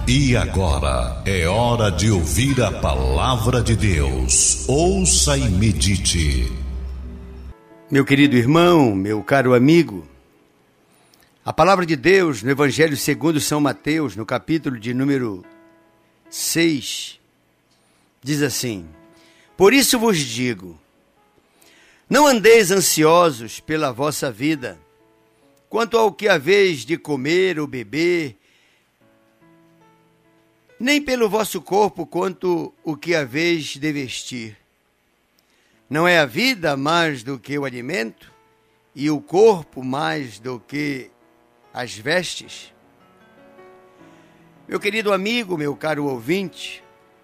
E agora é hora de ouvir a palavra de Deus. Ouça e medite. Meu querido irmão, meu caro amigo, a palavra de Deus no Evangelho segundo São Mateus, no capítulo de número 6, diz assim: Por isso vos digo, não andeis ansiosos pela vossa vida, quanto ao que haveis de comer ou beber, nem pelo vosso corpo quanto o que haveis de vestir. Não é a vida mais do que o alimento, e o corpo mais do que as vestes? Meu querido amigo, meu caro ouvinte,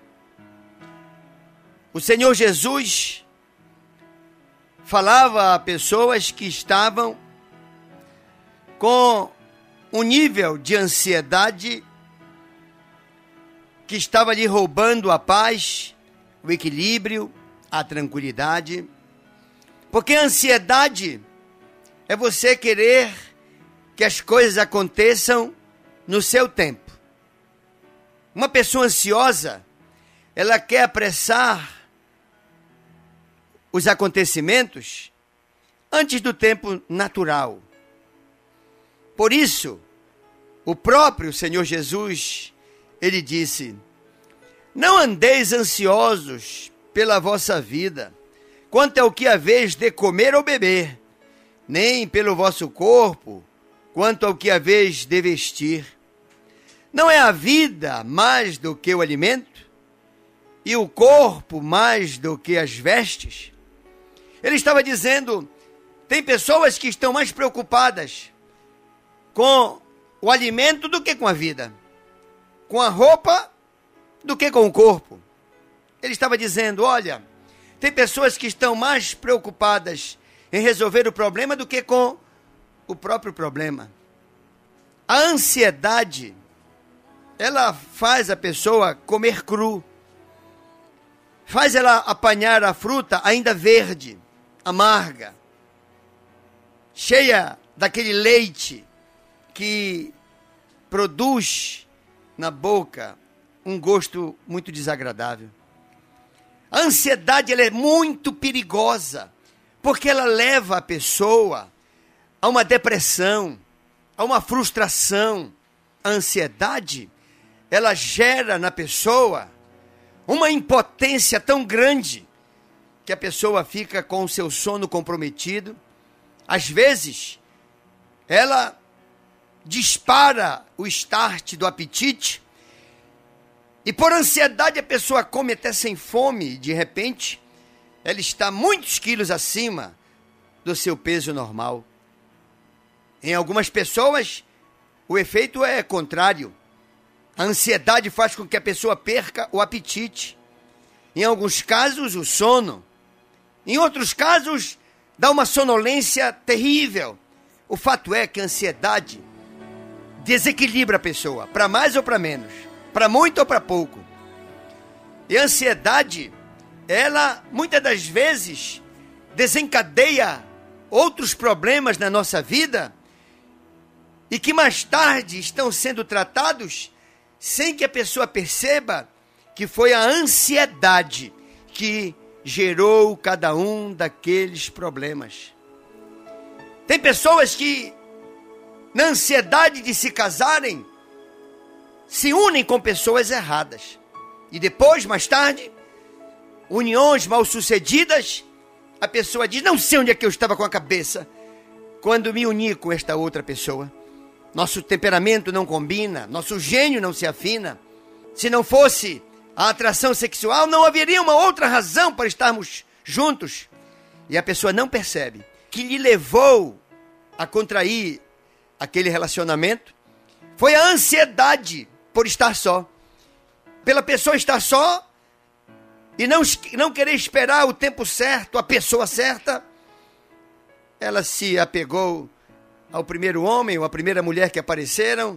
o Senhor Jesus falava a pessoas que estavam com um nível de ansiedade que estava lhe roubando a paz, o equilíbrio, a tranquilidade. Porque a ansiedade é você querer que as coisas aconteçam no seu tempo. Uma pessoa ansiosa, ela quer apressar os acontecimentos antes do tempo natural. Por isso, o próprio Senhor Jesus, ele disse: não andeis ansiosos pela vossa vida, quanto ao que haveis de comer ou beber, nem pelo vosso corpo, quanto ao que haveis de vestir. Não é a vida mais do que o alimento, e o corpo mais do que as vestes? Ele estava dizendo, tem pessoas que estão mais preocupadas com o alimento do que com a vida, com a roupa do que com o corpo. Ele estava dizendo, olha, tem pessoas que estão mais preocupadas em resolver o problema do que com o próprio problema. A ansiedade, ela faz a pessoa comer cru, faz ela apanhar a fruta ainda verde, amarga, cheia daquele leite que produz na boca um gosto muito desagradável. A ansiedade, ela é muito perigosa, porque ela leva a pessoa a uma depressão, a uma frustração. A ansiedade, ela gera na pessoa uma impotência tão grande que a pessoa fica com o seu sono comprometido. Às vezes, ela dispara o start do apetite e por ansiedade a pessoa come até sem fome. De repente, ela está muitos quilos acima do seu peso normal. Em algumas pessoas, o efeito é contrário. A ansiedade faz com que a pessoa perca o apetite. Em alguns casos, o sono. Em outros casos, dá uma sonolência terrível. O fato é que a ansiedade desequilibra a pessoa, para mais ou para menos, para muito ou para pouco. E a ansiedade, ela muitas das vezes desencadeia outros problemas na nossa vida e que mais tarde estão sendo tratados sem que a pessoa perceba que foi a ansiedade que gerou cada um daqueles problemas. Tem pessoas que, na ansiedade de se casarem, se unem com pessoas erradas. E depois, mais tarde, uniões mal sucedidas, a pessoa diz, não sei onde é que eu estava com a cabeça quando me uni com esta outra pessoa. Nosso temperamento não combina, nosso gênio não se afina. Se não fosse a atração sexual, não haveria uma outra razão para estarmos juntos. E a pessoa não percebe que lhe levou a contrair aquele relacionamento foi a ansiedade por estar só. Pela pessoa estar só e não querer esperar o tempo certo, a pessoa certa, ela se apegou ao primeiro homem ou à primeira mulher que apareceram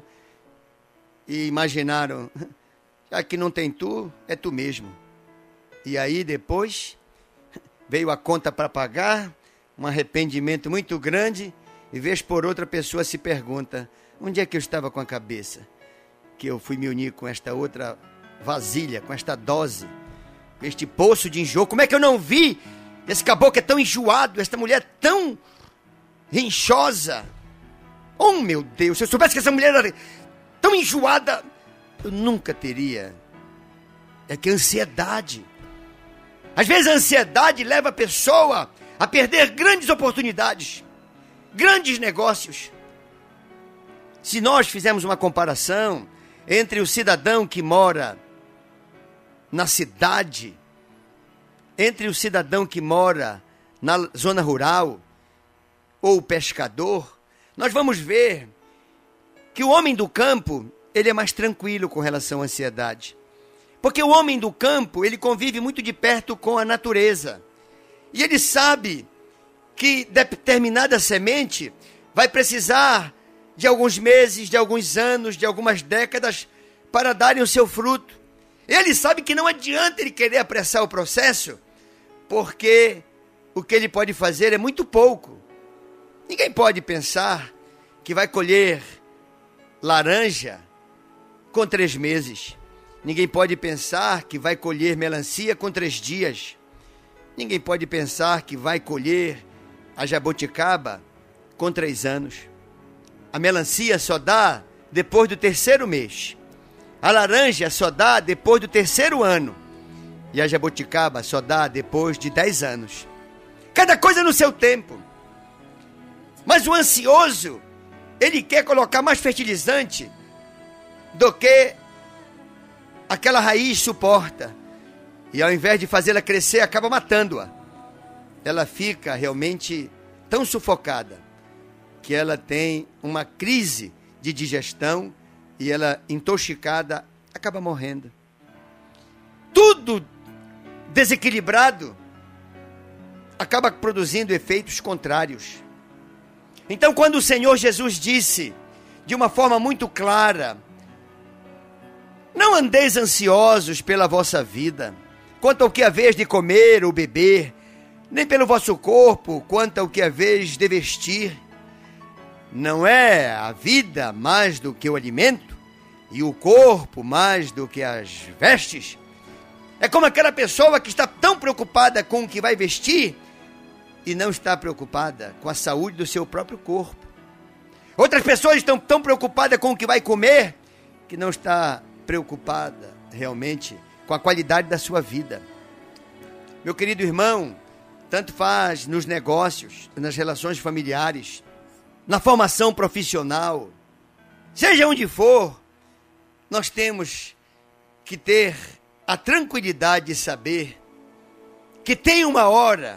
e imaginaram, já que não tem tu, é tu mesmo. E aí depois veio a conta para pagar, um arrependimento muito grande, e vez por outra a pessoa se pergunta, onde é que eu estava com a cabeça? que eu fui me unir com esta outra vasilha, com esta dose, com este poço de enjoo. Como é que eu não vi? Esse caboclo é tão enjoado, esta mulher é tão rinchosa. Oh, meu Deus, se eu soubesse que essa mulher era tão enjoada, eu nunca teria. É que a ansiedade. Às vezes a ansiedade leva a pessoa a perder grandes oportunidades, grandes negócios. Se nós fizermos uma comparação entre o cidadão que mora na cidade, entre o cidadão que mora na zona rural ou o pescador, nós vamos ver que o homem do campo, ele é mais tranquilo com relação à ansiedade. Porque o homem do campo, ele convive muito de perto com a natureza. E ele sabe que determinada semente vai precisar de alguns meses, de alguns anos, de algumas décadas para darem o seu fruto. Ele sabe que não adianta ele querer apressar o processo, porque o que ele pode fazer é muito pouco. Ninguém pode pensar que vai colher laranja com 3 meses. Ninguém pode pensar que vai colher melancia com 3 dias. Ninguém pode pensar que vai colher a jabuticaba com 3 anos. A melancia só dá depois do 3º mês. A laranja só dá depois do 3º ano. E a jabuticaba só dá depois de 10 anos. Cada coisa no seu tempo. Mas o ansioso, ele quer colocar mais fertilizante do que aquela raiz suporta. E ao invés de fazê-la crescer, acaba matando-a. Ela fica realmente tão sufocada que ela tem uma crise de digestão e ela, intoxicada, acaba morrendo. Tudo desequilibrado acaba produzindo efeitos contrários. Então, quando o Senhor Jesus disse de uma forma muito clara: não andeis ansiosos pela vossa vida, quanto ao que haveis de comer ou beber, nem pelo vosso corpo, quanto ao que haveis de vestir. Não é a vida mais do que o alimento, e o corpo mais do que as vestes? É como aquela pessoa que está tão preocupada com o que vai vestir e não está preocupada com a saúde do seu próprio corpo. Outras pessoas estão tão preocupadas com o que vai comer que não está preocupada realmente com a qualidade da sua vida. Meu querido irmão, tanto faz nos negócios, nas relações familiares, na formação profissional, seja onde for, nós temos que ter a tranquilidade de saber que tem uma hora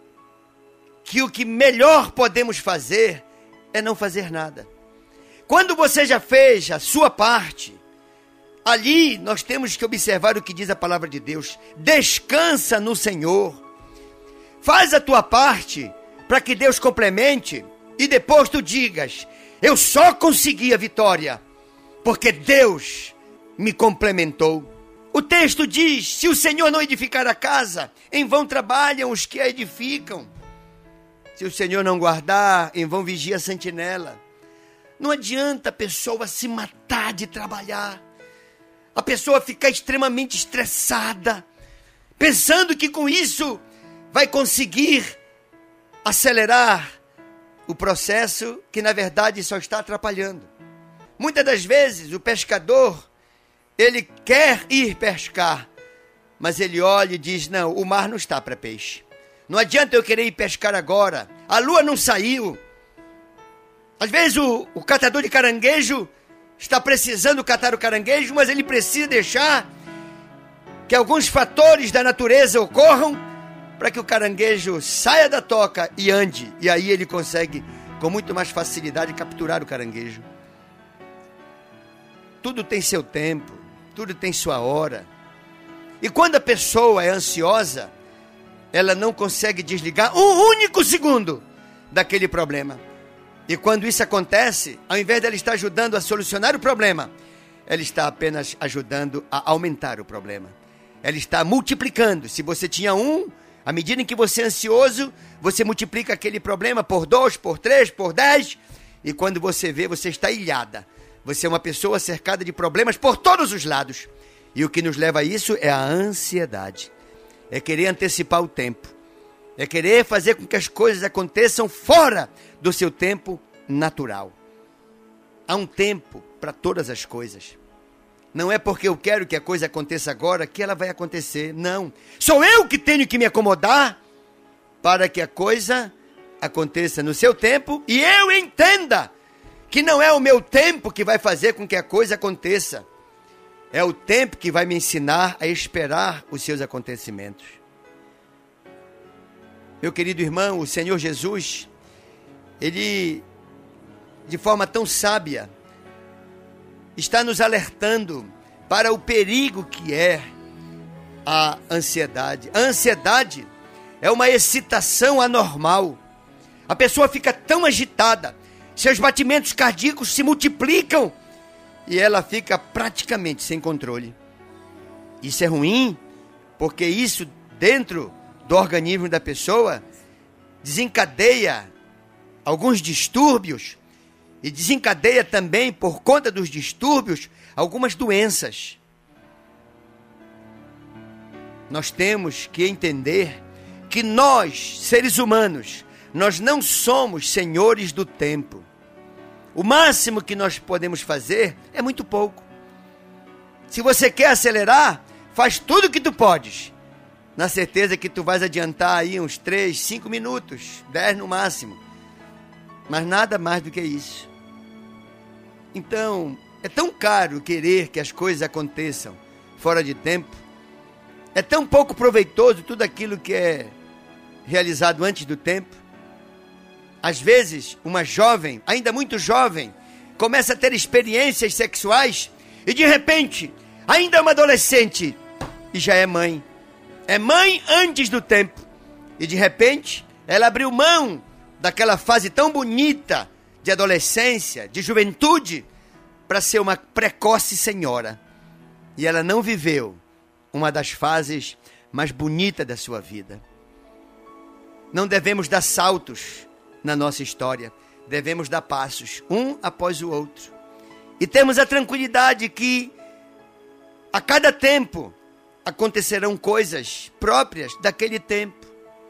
que o que melhor podemos fazer é não fazer nada. Quando você já fez a sua parte, ali nós temos que observar o que diz a palavra de Deus. Descansa no Senhor. Faz a tua parte para que Deus complemente e depois tu digas: eu só consegui a vitória porque Deus me complementou. O texto diz: se o Senhor não edificar a casa, em vão trabalham os que a edificam. Se o Senhor não guardar, em vão vigia a sentinela. Não adianta a pessoa se matar de trabalhar, a pessoa ficar extremamente estressada, pensando que com isso vai conseguir acelerar o processo que na verdade só está atrapalhando. Muitas das vezes o pescador, ele quer ir pescar, mas ele olha e diz: não, o mar não está para peixe. Não adianta eu querer ir pescar agora, a lua não saiu. Às vezes o catador de caranguejo está precisando catar o caranguejo, mas ele precisa deixar que alguns fatores da natureza ocorram para que o caranguejo saia da toca e ande. E aí ele consegue, com muito mais facilidade, capturar o caranguejo. Tudo tem seu tempo, tudo tem sua hora. E quando a pessoa é ansiosa, ela não consegue desligar um único segundo daquele problema. E quando isso acontece, ao invés dela estar ajudando a solucionar o problema, ela está apenas ajudando a aumentar o problema. Ela está multiplicando. Se você tinha um, à medida em que você é ansioso, você multiplica aquele problema por 2, por 3, por 10. E quando você vê, você está ilhada. Você é uma pessoa cercada de problemas por todos os lados. E o que nos leva a isso é a ansiedade. É querer antecipar o tempo. É querer fazer com que as coisas aconteçam fora do seu tempo natural. Há um tempo para todas as coisas. Não é porque eu quero que a coisa aconteça agora que ela vai acontecer. Não. Sou eu que tenho que me acomodar para que a coisa aconteça no seu tempo e eu entenda que não é o meu tempo que vai fazer com que a coisa aconteça. É o tempo que vai me ensinar a esperar os seus acontecimentos. Meu querido irmão, o Senhor Jesus, Ele, de forma tão sábia, está nos alertando para o perigo que é a ansiedade. A ansiedade é uma excitação anormal. A pessoa fica tão agitada, seus batimentos cardíacos se multiplicam e ela fica praticamente sem controle. Isso é ruim, porque isso dentro do organismo da pessoa desencadeia alguns distúrbios e desencadeia também, por conta dos distúrbios, algumas doenças. Nós temos que entender que nós, seres humanos, nós não somos senhores do tempo. O máximo que nós podemos fazer é muito pouco. Se você quer acelerar, faz tudo o que tu podes, na certeza que tu vais adiantar aí uns 3, 5 minutos, 10 no máximo. Mas nada mais do que isso. Então, é tão caro querer que as coisas aconteçam fora de tempo. É tão pouco proveitoso tudo aquilo que é realizado antes do tempo. Às vezes, uma jovem, ainda muito jovem, começa a ter experiências sexuais e de repente, ainda é uma adolescente e já é mãe. É mãe antes do tempo. E de repente, ela abriu mão daquela fase tão bonita de adolescência, de juventude, para ser uma precoce senhora. E ela não viveu uma das fases mais bonitas da sua vida. Não devemos dar saltos na nossa história. Devemos dar passos, um após o outro. E temos a tranquilidade que a cada tempo acontecerão coisas próprias daquele tempo.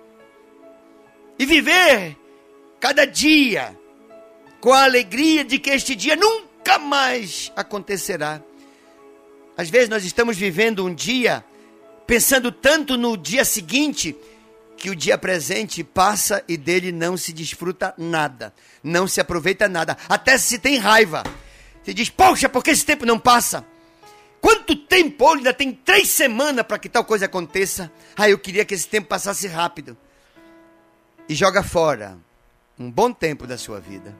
E viver cada dia com a alegria de que este dia nunca mais acontecerá. Às vezes nós estamos vivendo um dia pensando tanto no dia seguinte que o dia presente passa e dele não se desfruta nada, não se aproveita nada, até se tem raiva. Se diz, poxa, por que esse tempo não passa? Quanto tempo? Olha, ainda tem 3 semanas para que tal coisa aconteça. Eu queria que esse tempo passasse rápido. E joga fora um bom tempo da sua vida.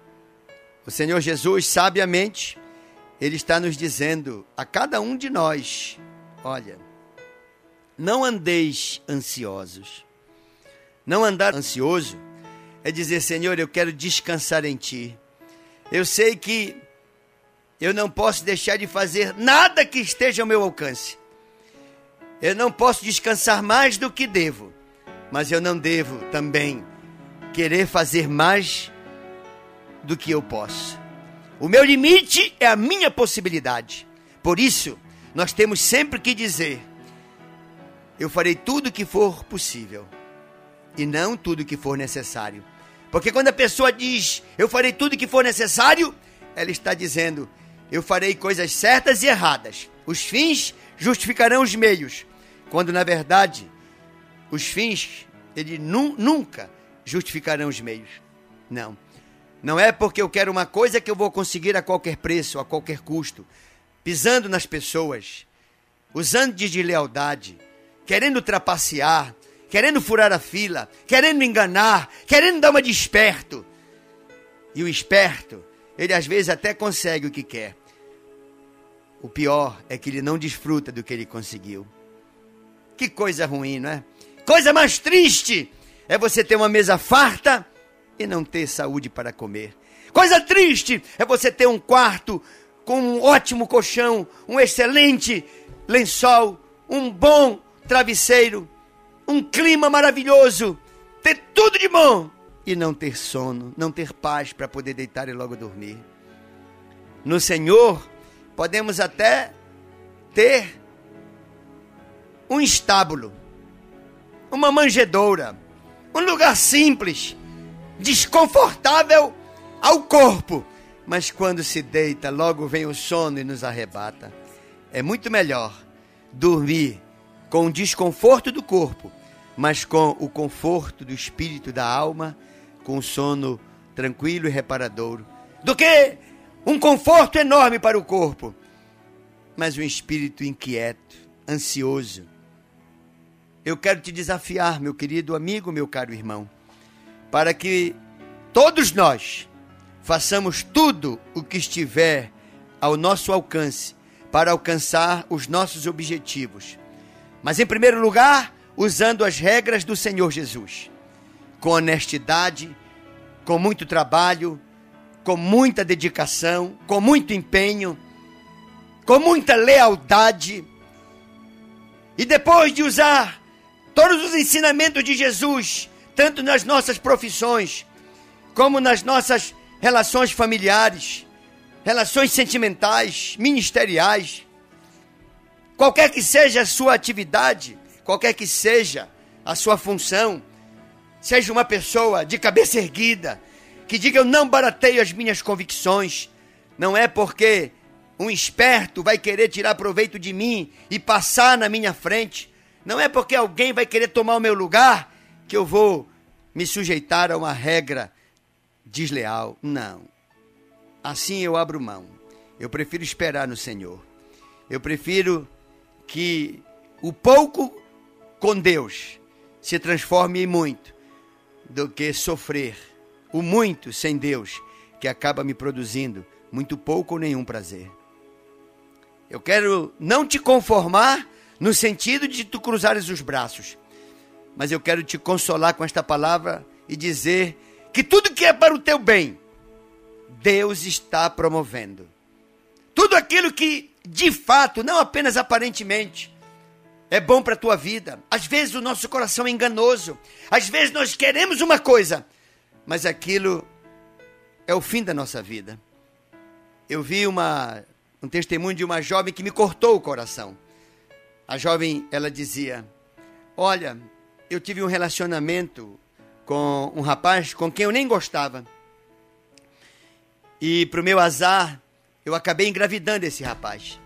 O Senhor Jesus, sabiamente, Ele está nos dizendo a cada um de nós, olha, não andeis ansiosos. Não andar ansioso é dizer, Senhor, eu quero descansar em Ti. Eu sei que eu não posso deixar de fazer nada que esteja ao meu alcance. Eu não posso descansar mais do que devo, mas eu não devo também querer fazer mais do que eu posso. O meu limite é a minha possibilidade. Por isso, nós temos sempre que dizer, eu farei tudo o que for possível e não tudo o que for necessário. Porque quando a pessoa diz, eu farei tudo o que for necessário, ela está dizendo, eu farei coisas certas e erradas. Os fins justificarão os meios. Quando, na verdade, os fins, eles nunca justificarão os meios. Não. Não é porque eu quero uma coisa que eu vou conseguir a qualquer preço, a qualquer custo. Pisando nas pessoas, usando de deslealdade, querendo trapacear, querendo furar a fila, querendo enganar, querendo dar uma de esperto. E o esperto, ele às vezes até consegue o que quer. O pior é que ele não desfruta do que ele conseguiu. Que coisa ruim, não é? Coisa mais triste é você ter uma mesa farta e não ter saúde para comer. Coisa triste é você ter um quarto com um ótimo colchão, um excelente lençol, um bom travesseiro, um clima maravilhoso, ter tudo de bom e não ter sono, não ter paz para poder deitar e logo dormir. no Senhor, podemos até ter um estábulo, uma manjedoura, um lugar simples, desconfortável ao corpo, mas quando se deita, logo vem o sono e nos arrebata. É muito melhor dormir com o desconforto do corpo, mas com o conforto do espírito e da alma, com um sono tranquilo e reparador, do que um conforto enorme para o corpo, mas um espírito inquieto, ansioso. Eu quero te desafiar, meu querido amigo, meu caro irmão, para que todos nós façamos tudo o que estiver ao nosso alcance para alcançar os nossos objetivos. Mas, em primeiro lugar, usando as regras do Senhor Jesus, com honestidade, com muito trabalho, com muita dedicação, com muito empenho, com muita lealdade. E depois de usar todos os ensinamentos de Jesus, tanto nas nossas profissões, como nas nossas relações familiares, relações sentimentais, ministeriais, qualquer que seja a sua atividade, qualquer que seja a sua função, seja uma pessoa de cabeça erguida, que diga: eu não barateio as minhas convicções. Não é porque um esperto vai querer tirar proveito de mim e passar na minha frente, não é porque alguém vai querer tomar o meu lugar que eu vou me sujeitar a uma regra desleal. Não. Assim eu abro mão. Eu prefiro esperar no Senhor. Eu prefiro que o pouco com Deus se transforme em muito, do que sofrer o muito sem Deus, que acaba me produzindo muito pouco ou nenhum prazer. Eu quero não te conformar no sentido de tu cruzares os braços, mas eu quero te consolar com esta palavra e dizer que tudo que é para o teu bem, Deus está promovendo. Tudo aquilo que, de fato, não apenas aparentemente, é bom para a tua vida. Às vezes o nosso coração é enganoso. Às vezes nós queremos uma coisa, mas aquilo é o fim da nossa vida. Eu vi um testemunho de uma jovem que me cortou o coração. A jovem, ela dizia: olha, eu tive um relacionamento com um rapaz com quem eu nem gostava. E para o meu azar, eu acabei engravidando esse rapaz.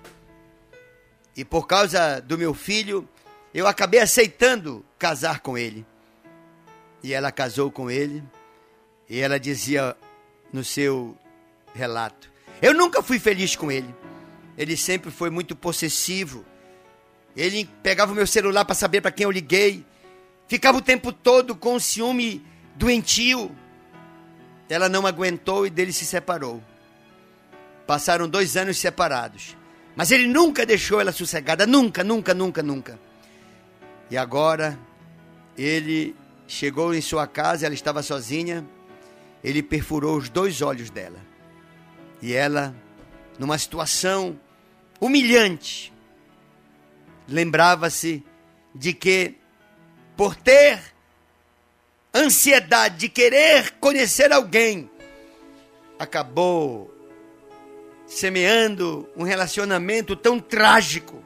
E por causa do meu filho, eu acabei aceitando casar com ele. E ela casou com ele. E ela dizia no seu relato: eu nunca fui feliz com ele. Ele sempre foi muito possessivo. Ele pegava o meu celular para saber para quem eu liguei. Ficava o tempo todo com um ciúme doentio. Ela não aguentou e dele se separou. Passaram 2 anos separados. Mas ele nunca deixou ela sossegada. Nunca, nunca, nunca, nunca. E agora, ele chegou em sua casa, ela estava sozinha. Ele perfurou os 2 olhos dela. E ela, numa situação humilhante, lembrava-se de que, por ter ansiedade de querer conhecer alguém, acabou semeando um relacionamento tão trágico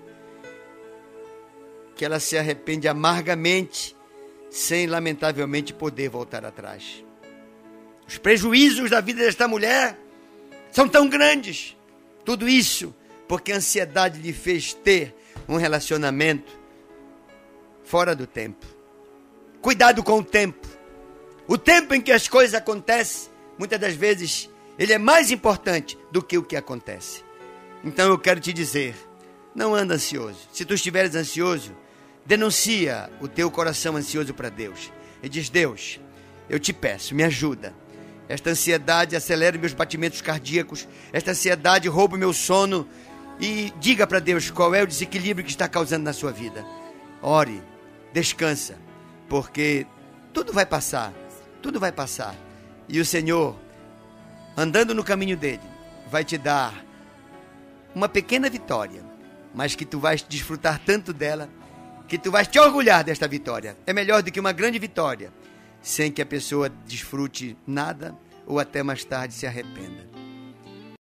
que ela se arrepende amargamente, sem lamentavelmente poder voltar atrás. Os prejuízos da vida desta mulher são tão grandes. Tudo isso porque a ansiedade lhe fez ter um relacionamento fora do tempo. Cuidado com o tempo. O tempo em que as coisas acontecem, muitas das vezes, ele é mais importante do que o que acontece. Então eu quero te dizer, não anda ansioso. Se tu estiveres ansioso, denuncia o teu coração ansioso para Deus. E diz: Deus, eu te peço, me ajuda. Esta ansiedade acelera meus batimentos cardíacos. Esta ansiedade rouba o meu sono. E diga para Deus qual é o desequilíbrio que está causando na sua vida. Ore, descansa, porque tudo vai passar. Tudo vai passar. E o Senhor, andando no caminho dele, vai te dar uma pequena vitória, mas que tu vais desfrutar tanto dela, que tu vais te orgulhar desta vitória. É melhor do que uma grande vitória, sem que a pessoa desfrute nada ou até mais tarde se arrependa.